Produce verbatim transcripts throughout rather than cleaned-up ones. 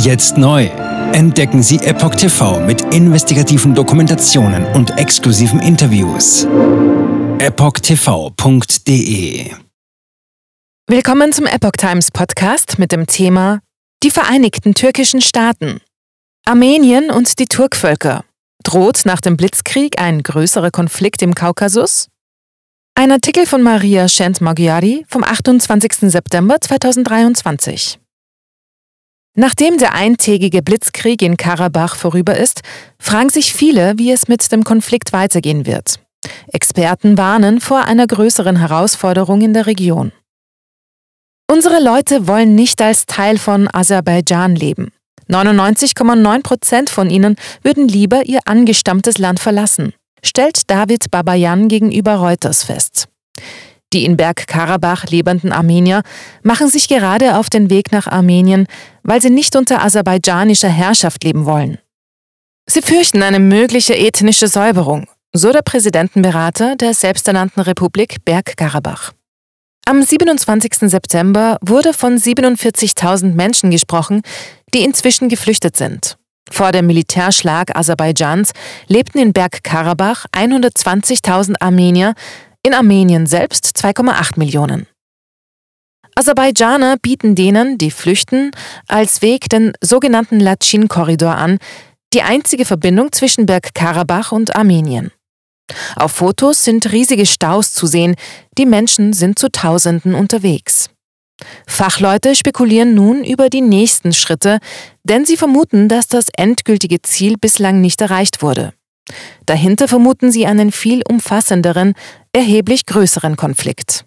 Jetzt neu. Entdecken Sie Epoch T V mit investigativen Dokumentationen und exklusiven Interviews. epoch t v punkt d e Willkommen zum Epoch Times Podcast mit dem Thema Die Vereinigten Türkischen Staaten. Armenien und die Turkvölker. Droht nach dem Blitzkrieg ein größerer Konflikt im Kaukasus? Ein Artikel von Maria Shent-Magyari vom achtundzwanzigsten September zweitausenddreiundzwanzig. Nachdem der eintägige Blitzkrieg in Karabach vorüber ist, fragen sich viele, wie es mit dem Konflikt weitergehen wird. Experten warnen vor einer größeren Herausforderung in der Region. Unsere Leute wollen nicht als Teil von Aserbaidschan leben. neunundneunzig Komma neun Prozent von ihnen würden lieber ihr angestammtes Land verlassen, stellt David Babayan gegenüber Reuters fest. Die in Bergkarabach lebenden Armenier machen sich gerade auf den Weg nach Armenien, weil sie nicht unter aserbaidschanischer Herrschaft leben wollen. Sie fürchten eine mögliche ethnische Säuberung, so der Präsidentenberater der selbsternannten Republik Bergkarabach. Am siebenundzwanzigsten September wurde von siebenundvierzigtausend Menschen gesprochen, die inzwischen geflüchtet sind. Vor dem Militärschlag Aserbaidschans lebten in Bergkarabach hundertzwanzigtausend Armenier, in Armenien selbst zwei Komma acht Millionen. Aserbaidschaner bieten denen, die flüchten, als Weg den sogenannten Latschin-Korridor an, die einzige Verbindung zwischen Bergkarabach und Armenien. Auf Fotos sind riesige Staus zu sehen, die Menschen sind zu Tausenden unterwegs. Fachleute spekulieren nun über die nächsten Schritte, denn sie vermuten, dass das endgültige Ziel bislang nicht erreicht wurde. Dahinter vermuten sie einen viel umfassenderen, erheblich größeren Konflikt.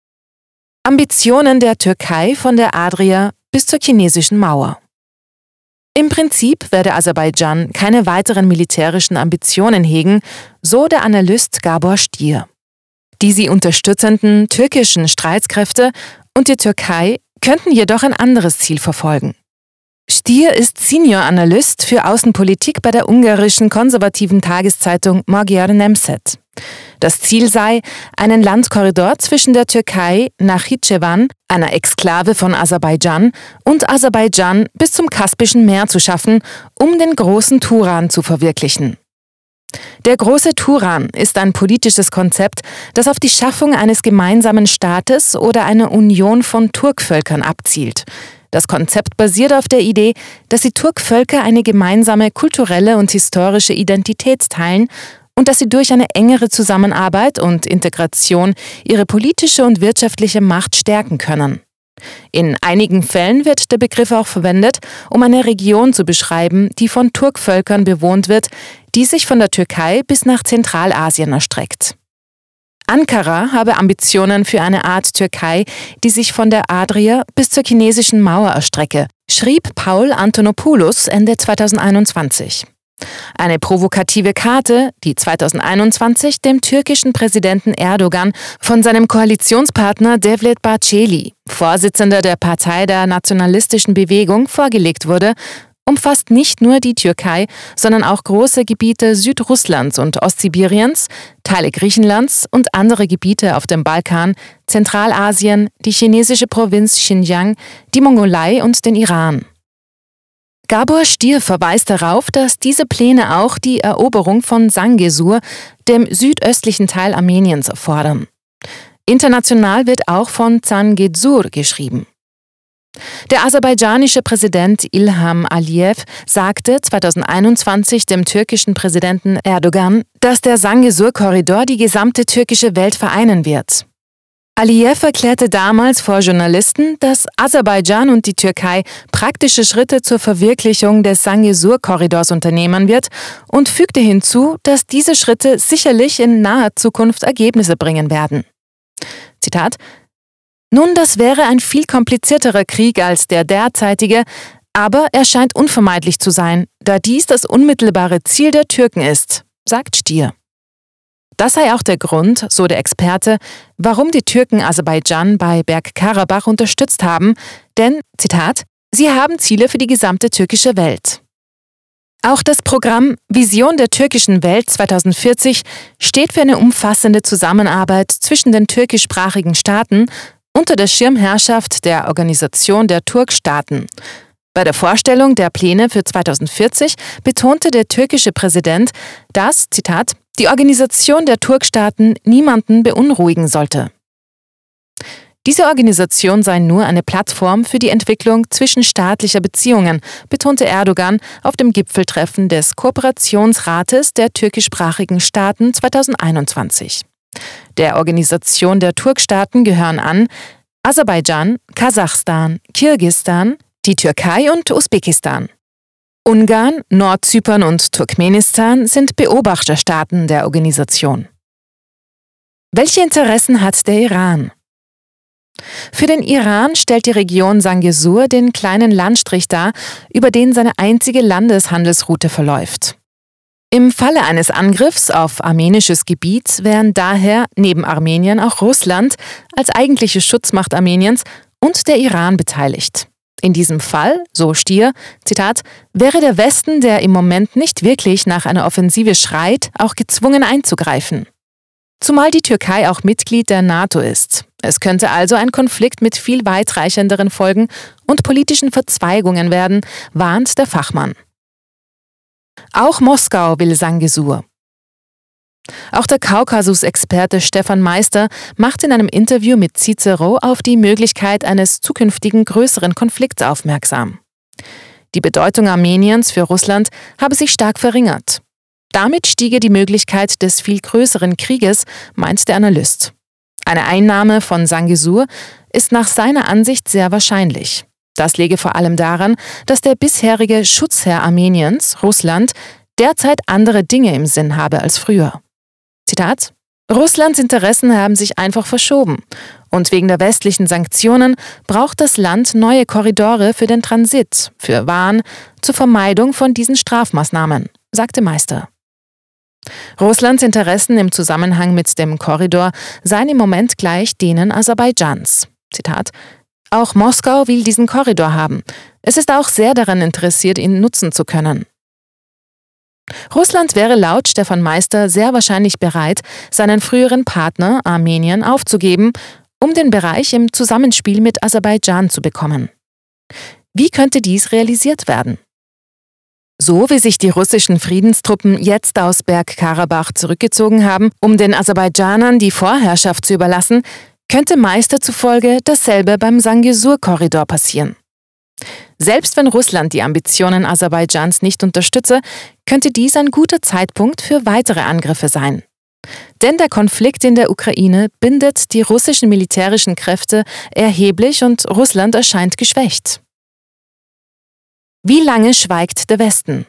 Ambitionen der Türkei von der Adria bis zur chinesischen Mauer. Im Prinzip werde Aserbaidschan keine weiteren militärischen Ambitionen hegen, so der Analyst Gabor Stier. Die sie unterstützenden türkischen Streitkräfte und die Türkei könnten jedoch ein anderes Ziel verfolgen. Stier ist Senior-Analyst für Außenpolitik bei der ungarischen konservativen Tageszeitung Magyar Nemzet. Das Ziel sei, einen Landkorridor zwischen der Türkei, Nachitschewan, einer Exklave von Aserbaidschan, und Aserbaidschan bis zum Kaspischen Meer zu schaffen, um den großen Turan zu verwirklichen. Der große Turan ist ein politisches Konzept, das auf die Schaffung eines gemeinsamen Staates oder einer Union von Turkvölkern abzielt. Das Konzept basiert auf der Idee, dass die Turkvölker eine gemeinsame kulturelle und historische Identität teilen und dass sie durch eine engere Zusammenarbeit und Integration ihre politische und wirtschaftliche Macht stärken können. In einigen Fällen wird der Begriff auch verwendet, um eine Region zu beschreiben, die von Turkvölkern bewohnt wird, die sich von der Türkei bis nach Zentralasien erstreckt. Ankara habe Ambitionen für eine Art Türkei, die sich von der Adria bis zur chinesischen Mauer erstrecke, schrieb Paul Antonopoulos Ende zweitausendeinundzwanzig. Eine provokative Karte, die zweitausendeinundzwanzig dem türkischen Präsidenten Erdogan von seinem Koalitionspartner Devlet Bahçeli, Vorsitzender der Partei der Nationalistischen Bewegung, vorgelegt wurde, umfasst nicht nur die Türkei, sondern auch große Gebiete Südrusslands und Ostsibiriens, Teile Griechenlands und andere Gebiete auf dem Balkan, Zentralasien, die chinesische Provinz Xinjiang, die Mongolei und den Iran. Gabor Stier verweist darauf, dass diese Pläne auch die Eroberung von Zangezur, dem südöstlichen Teil Armeniens, erfordern. International wird auch von Zangezur geschrieben. Der aserbaidschanische Präsident Ilham Aliyev sagte zweitausendeinundzwanzig dem türkischen Präsidenten Erdogan, dass der Zangezur-Korridor die gesamte türkische Welt vereinen wird. Aliyev erklärte damals vor Journalisten, dass Aserbaidschan und die Türkei praktische Schritte zur Verwirklichung des Zangezur-Korridors unternehmen wird und fügte hinzu, dass diese Schritte sicherlich in naher Zukunft Ergebnisse bringen werden. Zitat: Nun, das wäre ein viel komplizierterer Krieg als der derzeitige, aber er scheint unvermeidlich zu sein, da dies das unmittelbare Ziel der Türken ist, sagt Stier. Das sei auch der Grund, so der Experte, warum die Türken Aserbaidschan bei Bergkarabach unterstützt haben, denn, Zitat, sie haben Ziele für die gesamte türkische Welt. Auch das Programm Vision der türkischen Welt zweitausendvierzig steht für eine umfassende Zusammenarbeit zwischen den türkischsprachigen Staaten unter der Schirmherrschaft der Organisation der Turkstaaten. Bei der Vorstellung der Pläne für zweitausendvierzig betonte der türkische Präsident, dass, Zitat, die Organisation der Turkstaaten niemanden beunruhigen sollte. Diese Organisation sei nur eine Plattform für die Entwicklung zwischenstaatlicher Beziehungen, betonte Erdogan auf dem Gipfeltreffen des Kooperationsrates der türkischsprachigen Staaten zweitausendeinundzwanzig. Der Organisation der Turkstaaten gehören an Aserbaidschan, Kasachstan, Kirgisistan, die Türkei und Usbekistan. Ungarn, Nordzypern und Turkmenistan sind Beobachterstaaten der Organisation. Welche Interessen hat der Iran? Für den Iran stellt die Region Sangezur den kleinen Landstrich dar, über den seine einzige Landeshandelsroute verläuft. Im Falle eines Angriffs auf armenisches Gebiet wären daher neben Armenien auch Russland als eigentliche Schutzmacht Armeniens und der Iran beteiligt. In diesem Fall, so Stier, Zitat, wäre der Westen, der im Moment nicht wirklich nach einer Offensive schreit, auch gezwungen einzugreifen. Zumal die Türkei auch Mitglied der NATO ist. Es könnte also ein Konflikt mit viel weitreichenderen Folgen und politischen Verzweigungen werden, warnt der Fachmann. Auch Moskau will Sangezur. Auch der Kaukasus-Experte Stefan Meister macht in einem Interview mit Cicero auf die Möglichkeit eines zukünftigen größeren Konflikts aufmerksam. Die Bedeutung Armeniens für Russland habe sich stark verringert. Damit stiege die Möglichkeit des viel größeren Krieges, meint der Analyst. Eine Einnahme von Sangezur ist nach seiner Ansicht sehr wahrscheinlich. Das läge vor allem daran, dass der bisherige Schutzherr Armeniens, Russland, derzeit andere Dinge im Sinn habe als früher. Zitat: Russlands Interessen haben sich einfach verschoben und wegen der westlichen Sanktionen braucht das Land neue Korridore für den Transit, für Waren, zur Vermeidung von diesen Strafmaßnahmen, sagte Meister. Russlands Interessen im Zusammenhang mit dem Korridor seien im Moment gleich denen Aserbaidschans. Zitat: Auch Moskau will diesen Korridor haben. Es ist auch sehr daran interessiert, ihn nutzen zu können. Russland wäre laut Stefan Meister sehr wahrscheinlich bereit, seinen früheren Partner Armenien aufzugeben, um den Bereich im Zusammenspiel mit Aserbaidschan zu bekommen. Wie könnte dies realisiert werden? So wie sich die russischen Friedenstruppen jetzt aus Bergkarabach zurückgezogen haben, um den Aserbaidschanern die Vorherrschaft zu überlassen, könnte Meister zufolge dasselbe beim Sangezur-Korridor passieren. Selbst wenn Russland die Ambitionen Aserbaidschans nicht unterstütze, könnte dies ein guter Zeitpunkt für weitere Angriffe sein. Denn der Konflikt in der Ukraine bindet die russischen militärischen Kräfte erheblich und Russland erscheint geschwächt. Wie lange schweigt der Westen?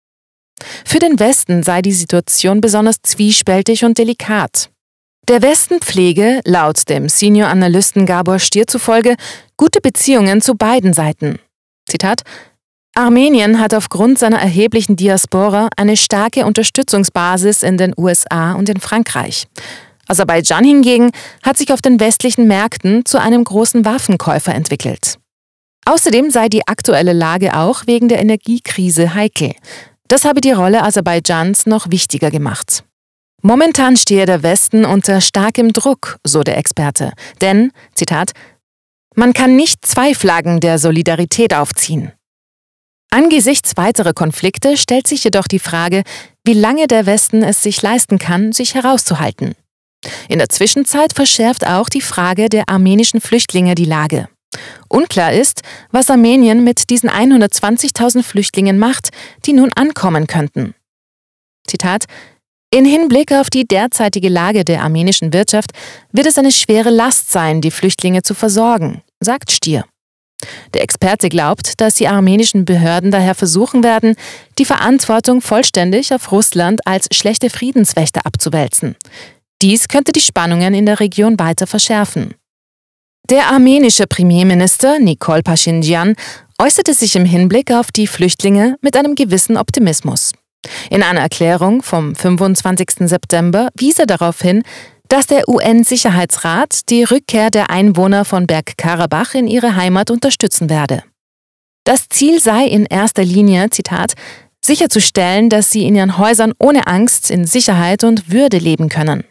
Für den Westen sei die Situation besonders zwiespältig und delikat. Der Westen pflege, laut dem Senior-Analysten Gabor Stier zufolge, gute Beziehungen zu beiden Seiten. Zitat: Armenien hat aufgrund seiner erheblichen Diaspora eine starke Unterstützungsbasis in den U S A und in Frankreich. Aserbaidschan hingegen hat sich auf den westlichen Märkten zu einem großen Waffenkäufer entwickelt. Außerdem sei die aktuelle Lage auch wegen der Energiekrise heikel. Das habe die Rolle Aserbaidschans noch wichtiger gemacht. Momentan stehe der Westen unter starkem Druck, so der Experte. Denn, Zitat, man kann nicht zwei Flaggen der Solidarität aufziehen. Angesichts weiterer Konflikte stellt sich jedoch die Frage, wie lange der Westen es sich leisten kann, sich herauszuhalten. In der Zwischenzeit verschärft auch die Frage der armenischen Flüchtlinge die Lage. Unklar ist, was Armenien mit diesen hundertzwanzigtausend Flüchtlingen macht, die nun ankommen könnten. Zitat: In Hinblick auf die derzeitige Lage der armenischen Wirtschaft wird es eine schwere Last sein, die Flüchtlinge zu versorgen, sagt Stier. Der Experte glaubt, dass die armenischen Behörden daher versuchen werden, die Verantwortung vollständig auf Russland als schlechte Friedenswächter abzuwälzen. Dies könnte die Spannungen in der Region weiter verschärfen. Der armenische Premierminister Nikol Pashinyan äußerte sich im Hinblick auf die Flüchtlinge mit einem gewissen Optimismus. In einer Erklärung vom fünfundzwanzigsten September wies er darauf hin, dass der U N-Sicherheitsrat die Rückkehr der Einwohner von Bergkarabach in ihre Heimat unterstützen werde. Das Ziel sei in erster Linie, Zitat, sicherzustellen, dass sie in ihren Häusern ohne Angst in Sicherheit und Würde leben können.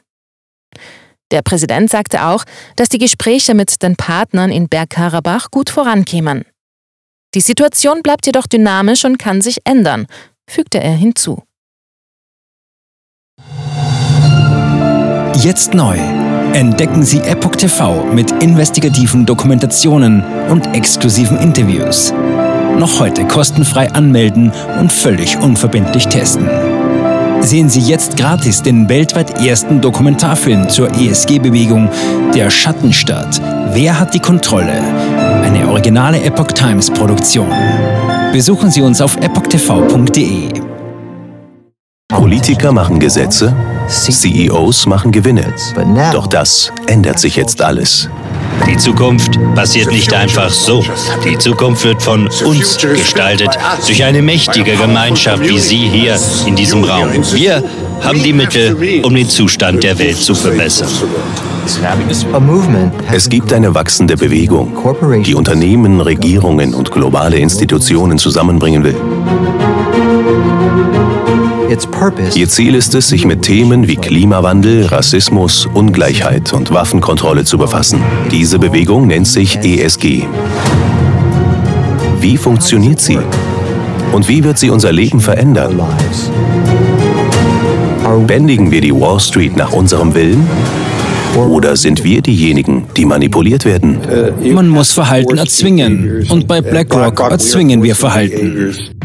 Der Präsident sagte auch, dass die Gespräche mit den Partnern in Bergkarabach gut vorankämen. Die Situation bleibt jedoch dynamisch und kann sich ändern, fügte er hinzu. Jetzt neu. Entdecken Sie Epoch T V mit investigativen Dokumentationen und exklusiven Interviews. Noch heute kostenfrei anmelden und völlig unverbindlich testen. Sehen Sie jetzt gratis den weltweit ersten Dokumentarfilm zur E S G-Bewegung Der Schattenstaat. Wer hat die Kontrolle? Eine originale Epoch Times Produktion. Besuchen Sie uns auf epoch t v punkt d e. Politiker machen Gesetze, C E Os machen Gewinne. Doch das ändert sich jetzt alles. Die Zukunft passiert nicht einfach so. Die Zukunft wird von uns gestaltet, durch eine mächtige Gemeinschaft wie Sie hier in diesem Raum. Wir haben die Mittel, um den Zustand der Welt zu verbessern. Es gibt eine wachsende Bewegung, die Unternehmen, Regierungen und globale Institutionen zusammenbringen will. Ihr Ziel ist es, sich mit Themen wie Klimawandel, Rassismus, Ungleichheit und Waffenkontrolle zu befassen. Diese Bewegung nennt sich E S G. Wie funktioniert sie? Und wie wird sie unser Leben verändern? Bändigen wir die Wall Street nach unserem Willen? Oder sind wir diejenigen, die manipuliert werden? Man muss Verhalten erzwingen. Und bei BlackRock erzwingen wir Verhalten.